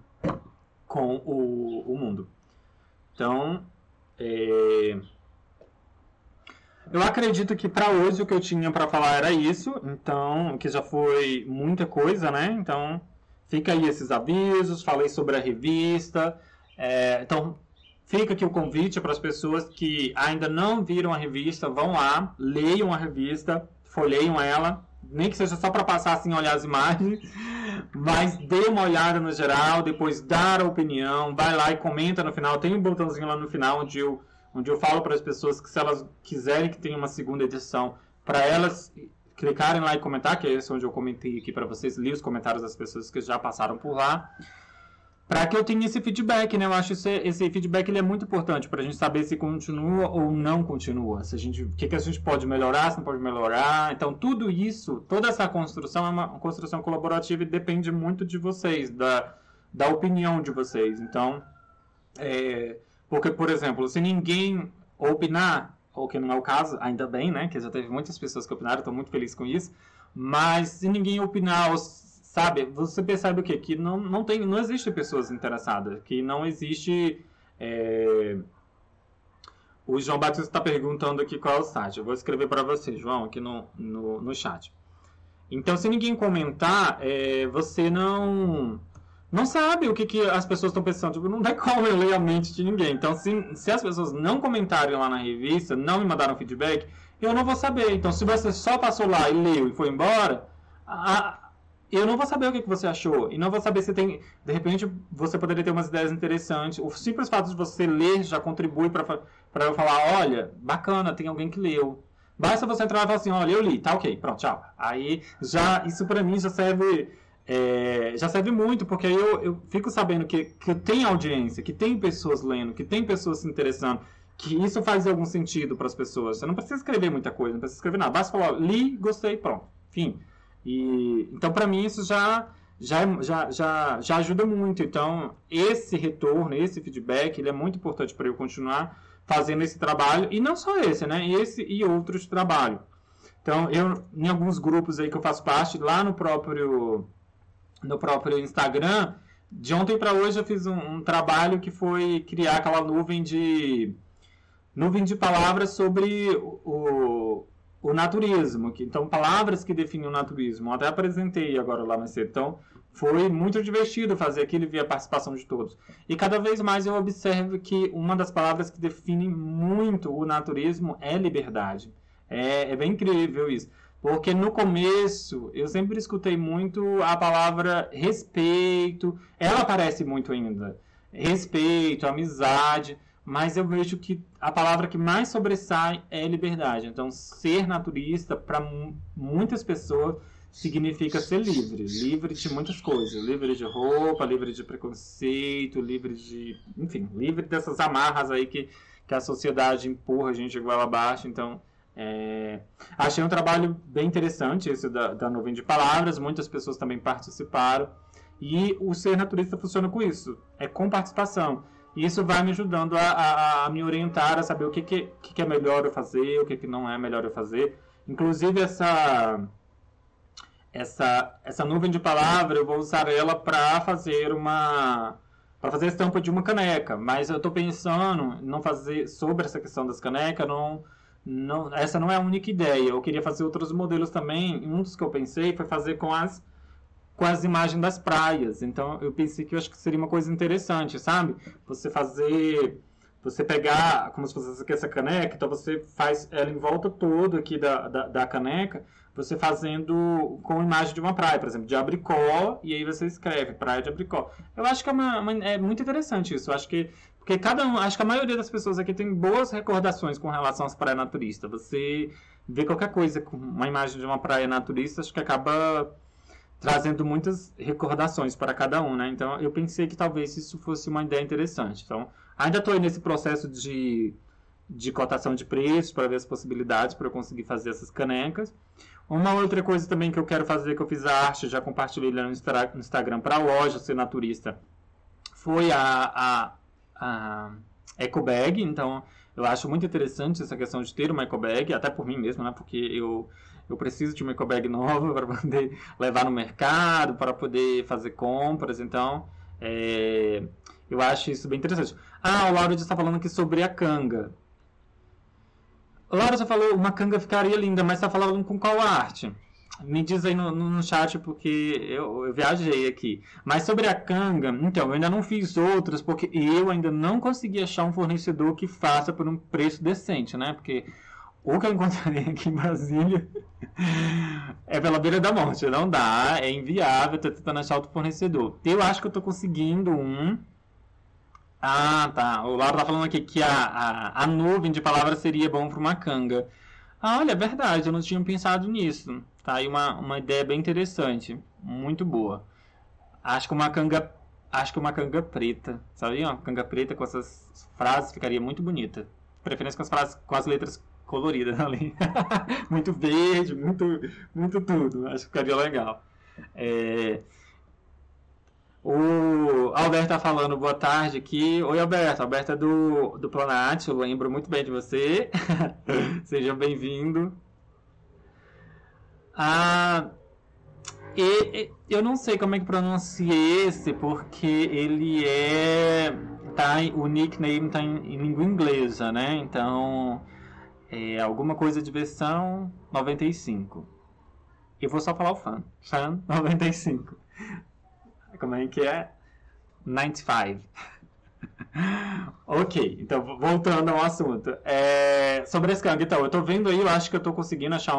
o mundo. Então, Eu acredito que para hoje o que eu tinha para falar era isso, então, que já foi muita coisa, né? Então, fica aí esses avisos, falei sobre a revista. Então, fica aqui o convite para as pessoas que ainda não viram a revista, vão lá, leiam a revista, folheiam ela, nem que seja só para passar assim, olhar as imagens, mas dê uma olhada no geral, depois dar a opinião, vai lá e comenta no final. Tem um botãozinho lá no final onde eu falo para as pessoas que se elas quiserem que tenha uma segunda edição, para elas clicarem lá e comentar, que é esse onde eu comentei aqui para vocês, li os comentários das pessoas que já passaram por lá, para que eu tenha esse feedback, né? Eu acho que esse feedback ele é muito importante para a gente saber se continua ou não continua, se o que a gente pode melhorar, se não pode melhorar. Então, tudo isso, toda essa construção é uma construção colaborativa e depende muito de vocês, da opinião de vocês. Então, porque, por exemplo, se ninguém opinar, ou que não é o caso, ainda bem, né? Que já teve muitas pessoas que opinaram, estou muito feliz com isso. Mas se ninguém opinar, sabe, você percebe o quê? Que não existe pessoas interessadas, que não existe... O João Batista está perguntando aqui qual é o site. Eu vou escrever para você, João, aqui no chat. Então, se ninguém comentar, você não sabe o que as pessoas estão pensando. Tipo, não tem como eu ler a mente de ninguém. Então, se as pessoas não comentarem lá na revista, não me mandaram feedback, eu não vou saber. Então, se você só passou lá e leu e foi embora, eu não vou saber o que você achou. E não vou saber se tem... De repente, você poderia ter umas ideias interessantes. O simples fato de você ler já contribui para eu falar, olha, bacana, tem alguém que leu. Basta você entrar e falar assim, olha, eu li, tá ok, pronto, tchau. Aí, isso para mim já serve muito, porque aí eu fico sabendo que tem audiência, que tem pessoas lendo, que tem pessoas se interessando, que isso faz algum sentido para as pessoas. Você não precisa escrever muita coisa, não precisa escrever nada. Basta falar, li, gostei, pronto, fim. Então, para mim, isso já ajuda muito. Então, esse retorno, esse feedback, ele é muito importante para eu continuar fazendo esse trabalho. E não só esse, né? Esse e outros trabalhos. Então, em alguns grupos aí que eu faço parte, lá no próprio Instagram, de ontem para hoje eu fiz um trabalho que foi criar aquela nuvem de palavras sobre o naturismo, então palavras que definem o naturismo. Eu até apresentei agora lá mais cedo. Então foi muito divertido fazer aquilo e ver a participação de todos. E cada vez mais eu observo que uma das palavras que define muito o naturismo é liberdade. É bem incrível isso. Porque no começo eu sempre escutei muito a palavra respeito. Ela aparece muito ainda. Respeito, amizade. Mas eu vejo que a palavra que mais sobressai é liberdade. Então, ser naturista, para muitas pessoas, significa ser livre. Livre de muitas coisas. Livre de roupa, livre de preconceito, livre de... Enfim, livre dessas amarras aí que a sociedade empurra a gente igual abaixo. Então, achei um trabalho bem interessante esse da nuvem de palavras. Muitas pessoas também participaram. E o ser naturista funciona com isso. É com participação. E isso vai me ajudando a me orientar, a saber o que é melhor eu fazer, o que não é melhor eu fazer. Inclusive, essa nuvem de palavra, eu vou usar ela para fazer a estampa de uma caneca. Mas eu estou pensando em não fazer sobre essa questão das canecas, essa não é a única ideia. Eu queria fazer outros modelos também. Um dos que eu pensei foi fazer com as imagens das praias. Então eu pensei que eu acho que seria uma coisa interessante, sabe? Você pegar, como se fosse essa caneca, então você faz ela em volta toda aqui da caneca, você fazendo com a imagem de uma praia, por exemplo, de Abricó, e aí você escreve Praia de Abricó. Eu acho que é muito interessante isso. Eu acho que porque acho que a maioria das pessoas aqui tem boas recordações com relação às praias naturistas. Você vê qualquer coisa com uma imagem de uma praia naturista, acho que acaba trazendo muitas recordações para cada um, né? Então, eu pensei que talvez isso fosse uma ideia interessante. Então, ainda estou nesse processo de cotação de preços para ver as possibilidades para eu conseguir fazer essas canecas. Uma outra coisa também que eu quero fazer, que eu fiz a arte, já compartilhei lá no Instagram para a loja Ser Naturista, foi a ecobag. Então, eu acho muito interessante essa questão de ter uma ecobag, até por mim mesmo, né? Porque eu preciso de uma ecobag nova para poder levar no mercado, para poder fazer compras. Então, eu acho isso bem interessante. O Lauro está falando aqui sobre a canga. Laura, você falou uma canga ficaria linda, mas você tá falando com qual arte? Me diz aí no chat, porque eu viajei aqui. Mas sobre a canga, então, eu ainda não fiz outras, porque eu ainda não consegui achar um fornecedor que faça por um preço decente, né? Porque o que eu encontrei aqui em Brasília é pela beira da morte. Não dá, é inviável, tô tentando achar outro fornecedor. Eu acho que eu tô conseguindo um. Ah, tá. O Lauro tá falando aqui que a nuvem de palavras seria bom para uma canga. Ah, olha, é verdade, eu não tinha pensado nisso. Tá aí uma ideia bem interessante. Muito boa. Acho que uma canga, acho que uma canga preta, sabia? Uma canga preta com essas frases ficaria muito bonita. Preferência com as frases com as letras coloridas ali. Muito verde, muito tudo. Acho que ficaria legal. É, o Alberto tá falando boa tarde aqui. Oi, Alberto. Alberto é do Planat, eu lembro muito bem de você. Seja bem-vindo. Ah, eu não sei como é que pronuncia esse, porque ele é. O nickname tá em língua inglesa, né? Então, é alguma coisa de versão 95. Eu vou só falar o fan. Fan 95. Como é que é? 95. Ok, então voltando ao assunto. Sobre esse Kang, então, eu tô vendo aí, eu acho que eu tô conseguindo achar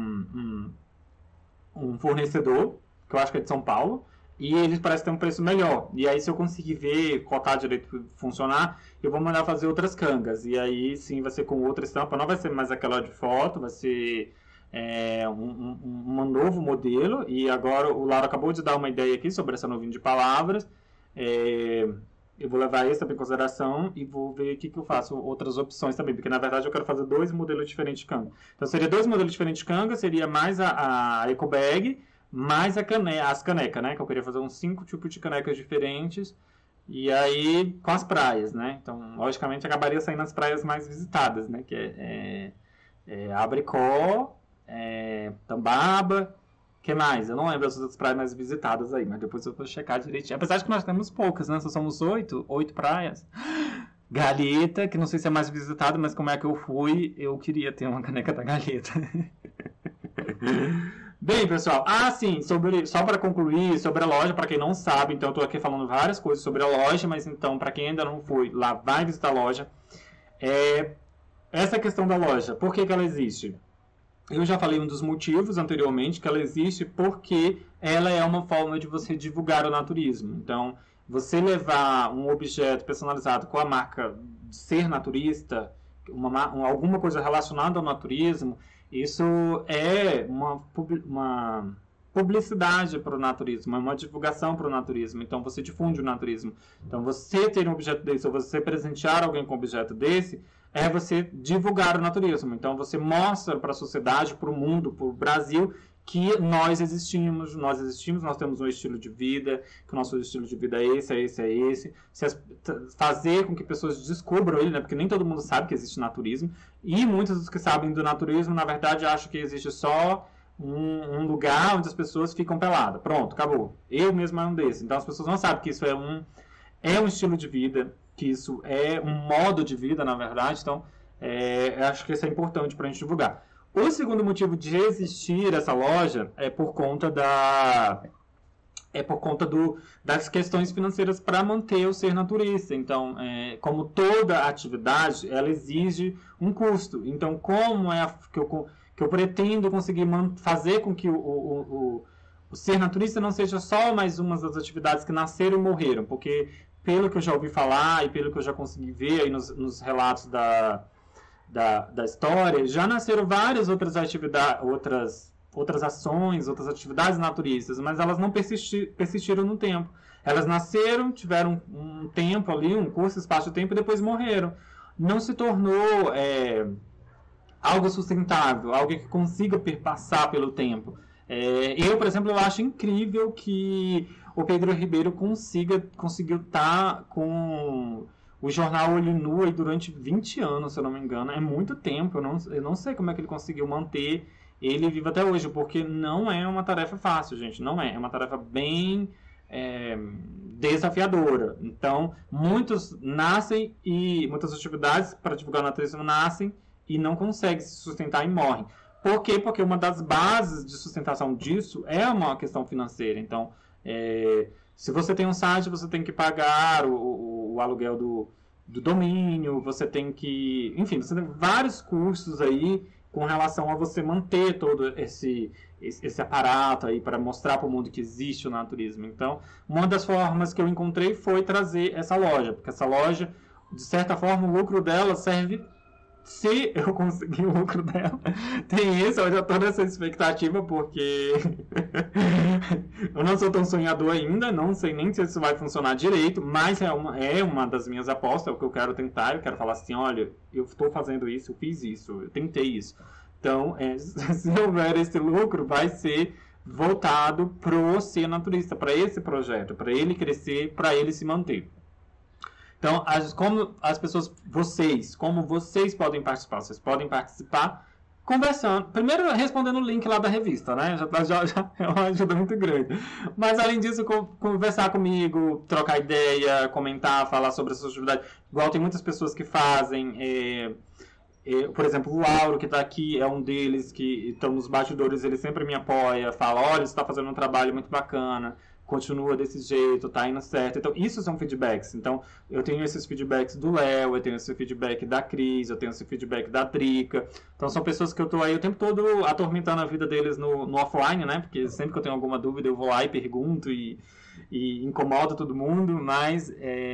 um fornecedor, que eu acho que é de São Paulo, e eles parecem ter um preço melhor. E aí, se eu conseguir ver, colocar direito funcionar, eu vou mandar fazer outras cangas. E aí, sim, vai ser com outra estampa, não vai ser mais aquela de foto, vai ser um novo modelo. E agora o Lauro acabou de dar uma ideia aqui sobre essa nuvem de palavras. Eu vou levar isso também em consideração e vou ver o que eu faço, outras opções também, porque na verdade eu quero fazer 2 modelos diferentes de canga. Então seria 2 modelos diferentes de canga, seria mais a eco bag, mais as canecas, né? Que eu queria fazer uns 5 tipos de canecas diferentes, e aí com as praias, né? Então, logicamente, acabaria saindo as praias mais visitadas, né? Que é Abricó, Tambaba. Que mais? Eu não lembro as outras praias mais visitadas aí, mas depois eu vou checar direitinho. Apesar de que nós temos poucas, né? Só somos 8 praias. Galheta, que não sei se é mais visitada, mas como é que eu fui, eu queria ter uma caneca da Galheta. Bem, pessoal, sim, só para concluir, sobre a loja, para quem não sabe, então eu tô aqui falando várias coisas sobre a loja, mas então, para quem ainda não foi, lá vai visitar a loja. Essa questão da loja, por que ela existe? Eu já falei um dos motivos anteriormente, que ela existe porque ela é uma forma de você divulgar o naturismo. Então, você levar um objeto personalizado com a marca Ser Naturista, alguma coisa relacionada ao naturismo, isso é uma publicidade para o naturismo, é uma divulgação para o naturismo. Então, você difunde o naturismo. Então, você ter um objeto desse ou você presentear alguém com um objeto desse é você divulgar o naturismo. Então, você mostra para a sociedade, para o mundo, para o Brasil, que nós existimos, nós temos um estilo de vida, que o nosso estilo de vida é esse. Fazer com que pessoas descubram ele, né? Porque nem todo mundo sabe que existe naturismo, e muitos dos que sabem do naturismo, na verdade, acham que existe só um lugar onde as pessoas ficam peladas. Pronto, acabou. Eu mesmo é um desses. Então, as pessoas não sabem que isso é um estilo de vida, que isso é um modo de vida, na verdade. Então, eu acho que isso é importante para a gente divulgar. O segundo motivo de existir essa loja é por conta das questões financeiras para manter o Ser Naturista. Então, como toda atividade, ela exige um custo. Então, como que eu pretendo conseguir fazer com que o Ser Naturista não seja só mais uma das atividades que nasceram e morreram, porque pelo que eu já ouvi falar e pelo que eu já consegui ver aí nos relatos da história, já nasceram várias outras atividades, outras ações, outras atividades naturistas, mas elas não persistiram no tempo. Elas nasceram, tiveram um tempo ali, um curto espaço de tempo, e depois morreram. Não se tornou algo sustentável, algo que consiga perpassar pelo tempo. Eu, por exemplo, eu acho incrível que o Pedro Ribeiro conseguiu estar com o jornal Olho Nu aí durante 20 anos, se eu não me engano. É muito tempo, eu não sei como é que ele conseguiu manter ele vivo até hoje, porque não é uma tarefa fácil, gente, não é. É uma tarefa bem desafiadora. Então, muitas atividades para divulgar o naturismo nascem e não consegue se sustentar e morrem. Por quê? Porque uma das bases de sustentação disso é uma questão financeira. Então, se você tem um site, você tem que pagar o aluguel do domínio, você tem que... Enfim, você tem vários custos aí com relação a você manter todo esse aparato aí para mostrar para o mundo que existe o naturismo. Então, uma das formas que eu encontrei foi trazer essa loja, porque essa loja, de certa forma, o lucro dela serve... Se eu conseguir o lucro dela, tem isso, eu já estou nessa expectativa, porque eu não sou tão sonhador ainda, não sei nem se isso vai funcionar direito, mas é uma das minhas apostas, é o que eu quero tentar, eu quero falar assim, olha, eu estou fazendo isso, eu fiz isso, eu tentei isso. Então, se houver esse lucro, vai ser voltado para o ser naturista, para esse projeto, para ele crescer, para ele se manter. Então, como as pessoas, como vocês podem participar? Vocês podem participar conversando. Primeiro, respondendo o link lá da revista, né? Já é uma ajuda muito grande. Mas, além disso, conversar comigo, trocar ideia, comentar, falar sobre a sua atividade. Igual tem muitas pessoas que fazem... por exemplo, o Lauro, que está aqui, é um deles que estão nos bastidores, ele sempre me apoia, fala, olha, você está fazendo um trabalho muito bacana, continua desse jeito, tá indo certo. Então, isso são feedbacks. Então, eu tenho esses feedbacks do Léo, eu tenho esse feedback da Cris, eu tenho esse feedback da Drica. Então, são pessoas que eu tô aí o tempo todo atormentando a vida deles no offline, né? Porque sempre que eu tenho alguma dúvida, eu vou lá e pergunto e incomodo todo mundo, mas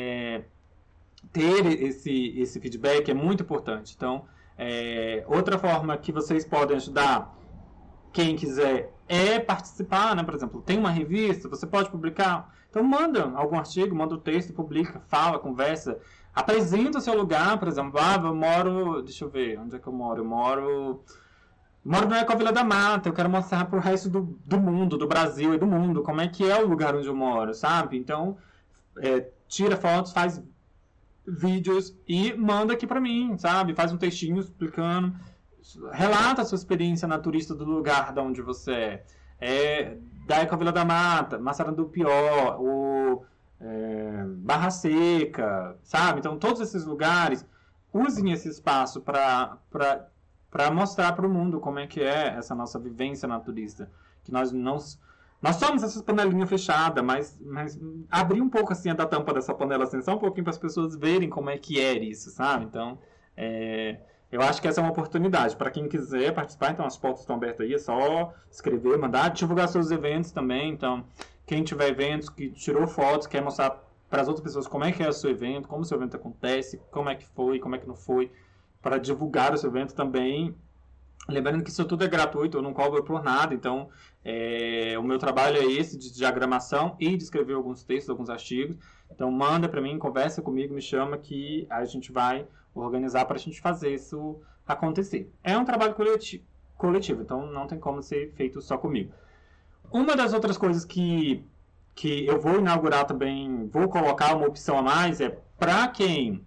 ter esse feedback é muito importante. Então, outra forma que vocês podem ajudar quem quiser participar, né? Por exemplo, tem uma revista, você pode publicar, então manda algum artigo, manda o texto, publica, fala, conversa, apresenta o seu lugar, por exemplo, eu moro, deixa eu ver, onde é que eu moro? Eu moro na Ecovila da Mata, eu quero mostrar pro resto do mundo, do Brasil e do mundo, como é que é o lugar onde eu moro, sabe? Então, tira fotos, faz vídeos e manda aqui pra mim, sabe? Faz um textinho explicando, relata a sua experiência naturista do lugar de onde você da Ecovila da Mata, Massaranduba do Pior, Barra Seca, sabe? Então, todos esses lugares, usem esse espaço para mostrar para o mundo como é que é essa nossa vivência naturista. Que nós somos essa panelinha fechada, mas abrir um pouco assim da tampa dessa panela, assim, só um pouquinho para as pessoas verem como é que é isso, sabe? Então, eu acho que essa é uma oportunidade. Para quem quiser participar, então as portas estão abertas aí, é só escrever, mandar, divulgar seus eventos também. Então, quem tiver eventos, que tirou fotos, quer mostrar para as outras pessoas como é que é o seu evento, como o seu evento acontece, como é que foi, como é que não foi, para divulgar o seu evento também. Lembrando que isso tudo é gratuito, eu não cobro por nada, então o meu trabalho é esse, de diagramação e de escrever alguns textos, alguns artigos. Então manda para mim, conversa comigo, me chama que a gente vai organizar para a gente fazer isso acontecer. É um trabalho coletivo, então não tem como ser feito só comigo. Uma das outras coisas que eu vou inaugurar também, vou colocar uma opção a mais, para quem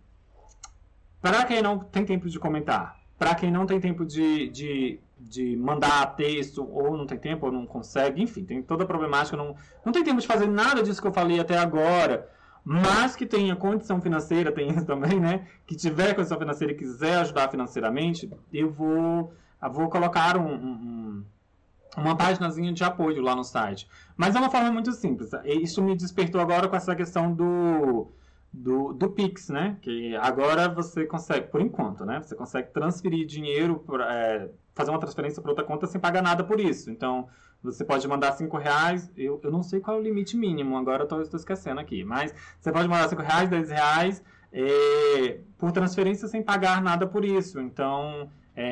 não tem tempo de comentar, para quem não tem tempo de mandar texto, ou não tem tempo, ou não consegue, enfim, tem toda a problemática, não tem tempo de fazer nada disso que eu falei até agora, mas que tenha condição financeira, tem isso também, né? Que tiver condição financeira e quiser ajudar financeiramente, eu vou colocar uma paginazinha de apoio lá no site. Mas é uma forma muito simples. Isso me despertou agora com essa questão do Pix, né? Que agora você consegue, por enquanto, né? Você consegue transferir dinheiro, fazer uma transferência para outra conta sem pagar nada por isso. Então, você pode mandar R$5, eu não sei qual é o limite mínimo, agora eu estou esquecendo aqui, mas você pode mandar R$5, R$10 por transferência sem pagar nada por isso. Então,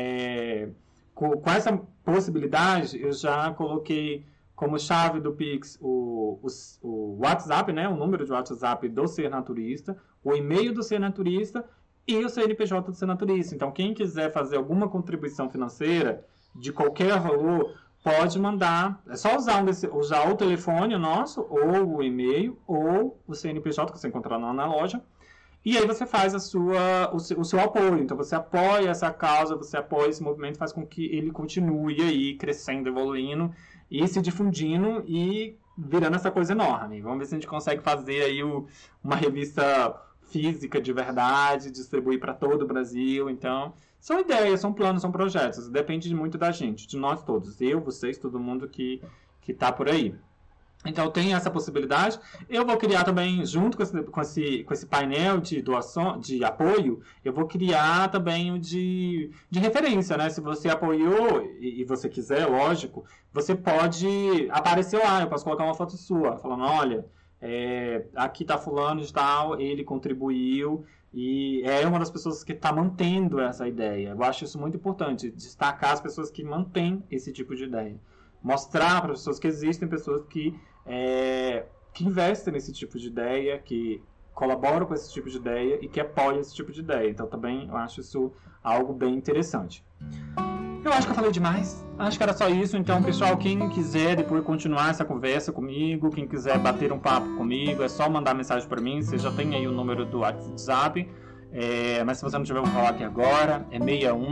com essa possibilidade, eu já coloquei como chave do Pix o WhatsApp, né, o número de WhatsApp do Ser Naturista, o e-mail do Ser Naturista e o CNPJ do Ser Naturista. Então, quem quiser fazer alguma contribuição financeira de qualquer valor, pode mandar. É só usar o telefone nosso, ou o e-mail, ou o CNPJ que você encontrar lá na loja. E aí você faz o seu apoio. Então você apoia essa causa, você apoia esse movimento, faz com que ele continue aí crescendo, evoluindo e se difundindo e virando essa coisa enorme. Vamos ver se a gente consegue fazer aí uma revista física de verdade, distribuir para todo o Brasil. Então, São ideias, são planos, são projetos. Depende muito da gente, de nós todos. Eu, vocês, todo mundo que tá por aí. Então, tem essa possibilidade. Eu vou criar também, junto com esse painel de doação, de apoio, eu vou criar também o de referência, né? Se você apoiou e você quiser, lógico, você pode aparecer lá. Eu posso colocar uma foto sua, falando, olha, aqui tá fulano de tal, ele contribuiu e é uma das pessoas que está mantendo essa ideia. Eu acho isso muito importante, destacar as pessoas que mantêm esse tipo de ideia. Mostrar para as pessoas que existem pessoas que investem nesse tipo de ideia, que colaboram com esse tipo de ideia e que apoiam esse tipo de ideia. Então também eu acho isso algo bem interessante. Eu acho que eu falei demais. Acho que era só isso. Então, pessoal, quem quiser depois continuar essa conversa comigo, quem quiser bater um papo comigo, é só mandar mensagem para mim. Você já tem aí o número do WhatsApp. Mas se você não tiver, eu vou falar aqui agora. É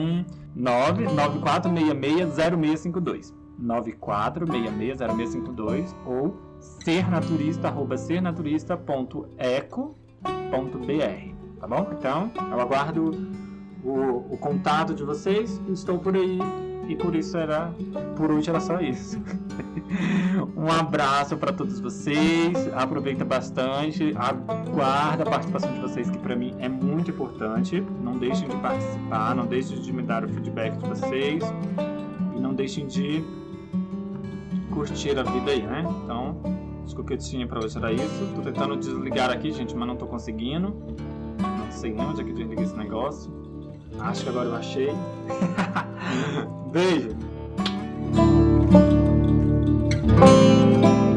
619-9466-0652. 94660652 ou sernaturista@sernaturista.eco.br, tá bom? Então, eu aguardo o contato de vocês. Estou por aí e por hoje era só isso. Um abraço para todos vocês. Aproveita bastante. Aguardo a participação de vocês, que para mim é muito importante. Não deixem de participar, não deixem de me dar o feedback de vocês e não deixem de curtir a vida aí, né? Então, acho que o que eu tinha pra hoje era isso. Tô tentando desligar aqui, gente, mas não tô conseguindo. Não sei onde é que desliga esse negócio. Acho que agora eu achei. Beijo!